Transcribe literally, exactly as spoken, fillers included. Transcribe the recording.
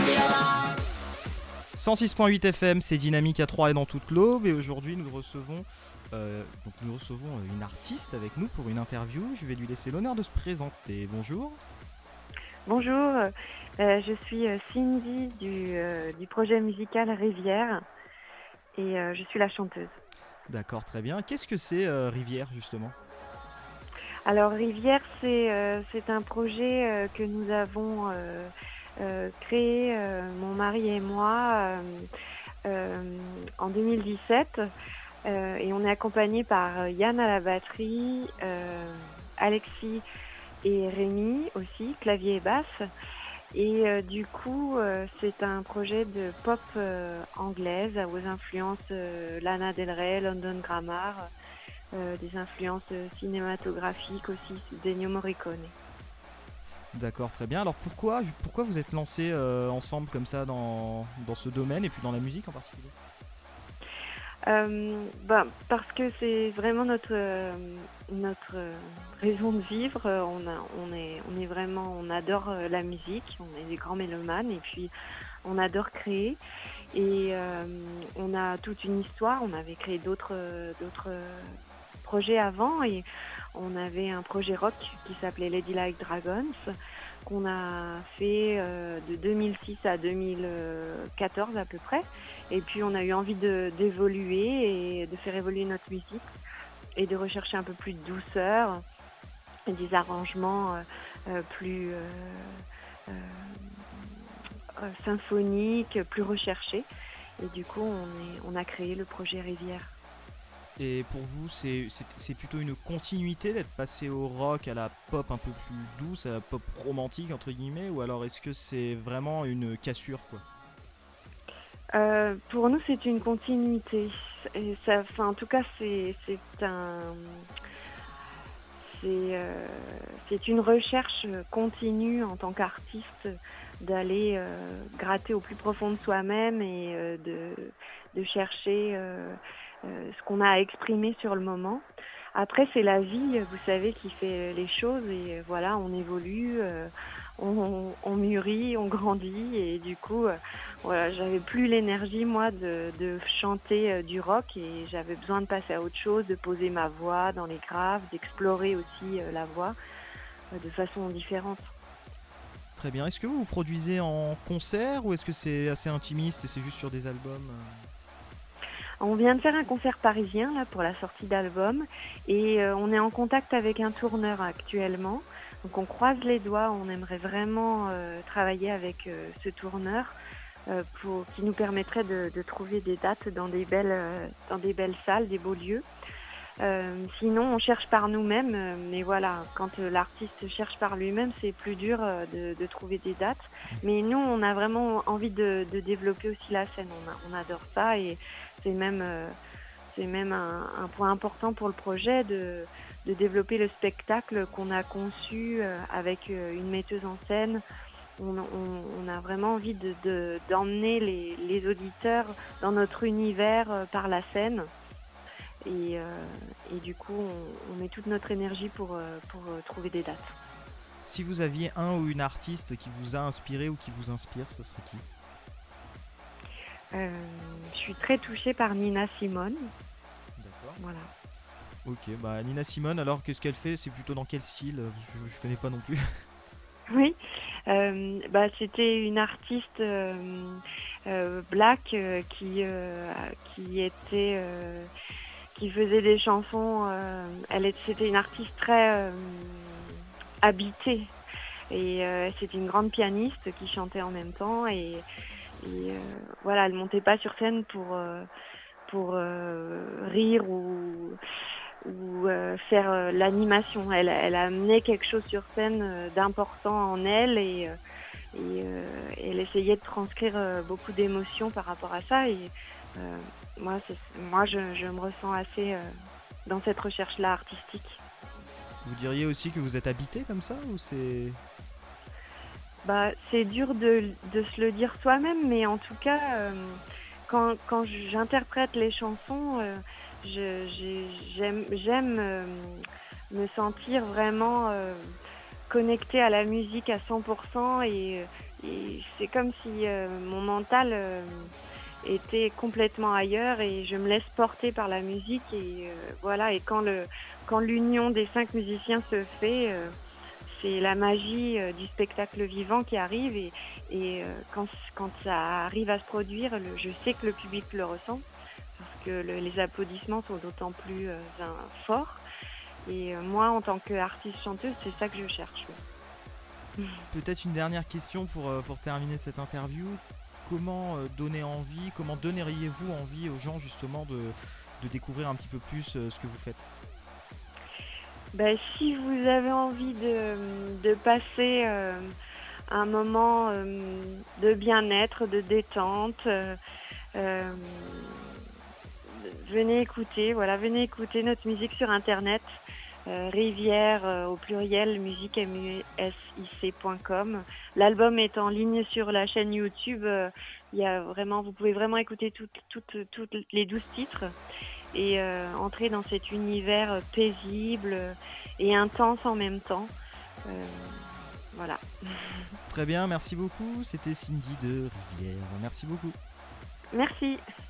cent six point huit F M, c'est Dynamique à Troyes et dans toute l'Aube. Et aujourd'hui, nous recevons, euh, donc nous recevons une artiste avec nous pour une interview. Je vais lui laisser l'honneur de se présenter. Bonjour. Bonjour, euh, je suis Cindy du, euh, du projet musical Rivière et euh, je suis la chanteuse. D'accord, très bien. Qu'est-ce que c'est euh, Rivière, justement ? Alors Rivière, c'est, euh, c'est un projet euh, que nous avons euh, euh, créé, euh, mon mari et moi, euh, euh, en deux mille dix-sept. Euh, et on est accompagné par Yann à la batterie, euh, Alexis et Rémi aussi, clavier et basse. Et euh, du coup, euh, c'est un projet de pop euh, anglaise aux influences euh, Lana Del Rey, London Grammar, euh, des influences euh, cinématographiques aussi, d'Ennio Morricone. D'accord, très bien. Alors pourquoi, pourquoi vous êtes lancés euh, ensemble comme ça dans, dans ce domaine et puis dans la musique en particulier ? Euh, bah, parce que c'est vraiment notre euh, notre euh, raison de vivre. On a, on est, on est vraiment, on adore euh, la musique. On est des grands mélomanes et puis on adore créer. Et euh, on a toute une histoire. On avait créé d'autres euh, d'autres projets avant et on avait un projet rock qui s'appelait Ladylike Dragons, qu'on a fait euh, de deux mille six à deux mille quatorze à peu près. Et puis on a eu envie de, d'évoluer et de faire évoluer notre musique et de rechercher un peu plus de douceur et des arrangements euh, euh, plus euh, euh, euh, symphoniques, plus recherchés. Et du coup, on, est, on a créé le projet Rivière. Et pour vous, c'est, c'est, c'est plutôt une continuité d'être passé au rock, à la pop un peu plus douce, à la pop romantique entre guillemets, ou alors est-ce que c'est vraiment une cassure quoi ? Euh, pour nous, c'est une continuité. Et ça, enfin, en tout cas, c'est, c'est un, c'est, euh, c'est une recherche continue en tant qu'artiste d'aller euh, gratter au plus profond de soi-même et euh, de, de chercher euh, euh, ce qu'on a à exprimer sur le moment. Après, c'est la vie, vous savez, qui fait les choses et voilà, on évolue, euh, on, on mûrit, on grandit et du coup, euh, voilà, j'avais plus l'énergie moi de, de chanter euh, du rock et j'avais besoin de passer à autre chose, de poser ma voix dans les graves, d'explorer aussi euh, la voix euh, de façon différente. Très bien. Est-ce que vous vous produisez en concert ou est-ce que c'est assez intimiste et c'est juste sur des albums ? On vient de faire un concert parisien là pour la sortie d'album et euh, on est en contact avec un tourneur actuellement. Donc on croise les doigts, on aimerait vraiment euh, travailler avec euh, ce tourneur euh, pour, qui nous permettrait de, de trouver des dates dans des belles, euh, dans des belles salles, des beaux lieux. Euh, sinon, on cherche par nous-mêmes, euh, mais voilà, quand euh, l'artiste cherche par lui-même, c'est plus dur euh, de, de trouver des dates. Mais nous, on a vraiment envie de, de développer aussi la scène. On, a, on adore ça et c'est même, euh, c'est même un, un point important pour le projet de, de développer le spectacle qu'on a conçu euh, avec euh, une metteuse en scène. On, on, on a vraiment envie de, de, d'emmener les, les auditeurs dans notre univers euh, par la scène. Et, euh, et du coup, on, on met toute notre énergie pour, euh, pour euh, trouver des dates. Si vous aviez un ou une artiste qui vous a inspiré ou qui vous inspire, ce serait qui ? euh, Je suis très touchée par Nina Simone. D'accord. Voilà. Ok, bah Nina Simone, alors qu'est-ce qu'elle fait ? C'est plutôt dans quel style ? Je, je connais pas non plus. Oui, euh, bah, c'était une artiste euh, euh, black euh, qui, euh, qui était... Euh, qui faisait des chansons. Euh, elle est, c'était une artiste très euh, habitée et euh, c'était une grande pianiste qui chantait en même temps et, et euh, voilà, elle montait pas sur scène pour euh, pour euh, rire ou ou euh, faire euh, l'animation. Elle, elle amenait quelque chose sur scène euh, d'important en elle et euh, et, euh, et elle essayait de transcrire euh, beaucoup d'émotions par rapport à ça et euh, moi, c'est, moi je, je me ressens assez euh, dans cette recherche-là artistique. Vous diriez aussi que vous êtes habité comme ça ou c'est... Bah, c'est dur de, de se le dire soi-même, mais en tout cas, euh, quand, quand j'interprète les chansons, euh, je, j'ai, j'aime, j'aime euh, me sentir vraiment euh, connectée à la musique à cent pour cent et et c'est comme si euh, mon mental euh, était complètement ailleurs et je me laisse porter par la musique et euh, voilà. Et quand le quand l'union des cinq musiciens se fait, euh, c'est la magie euh, du spectacle vivant qui arrive et, et euh, quand quand ça arrive à se produire, le- je sais que le public le ressent parce que le- les applaudissements sont d'autant plus euh, un- forts. Et euh, moi, en tant qu'artiste chanteuse, c'est ça que je cherche. Peut-être une dernière question pour, euh, pour terminer cette interview. Comment euh, donner envie, comment donneriez-vous envie aux gens justement de, de découvrir un petit peu plus euh, ce que vous faites? Ben, si vous avez envie de, de passer euh, un moment euh, de bien-être, de détente, euh, euh, venez écouter, voilà, venez écouter notre musique sur Internet. Euh, Rivière euh, au pluriel, musique M U S I C point com. L'album est en ligne sur la chaîne YouTube. Euh, il y a vraiment, vous pouvez vraiment écouter toutes, toutes, toutes les douze titres et euh, entrer dans cet univers euh, paisible euh, et intense en même temps. Euh, voilà. Très bien, merci beaucoup. C'était Cindy de Rivière. Merci beaucoup. Merci.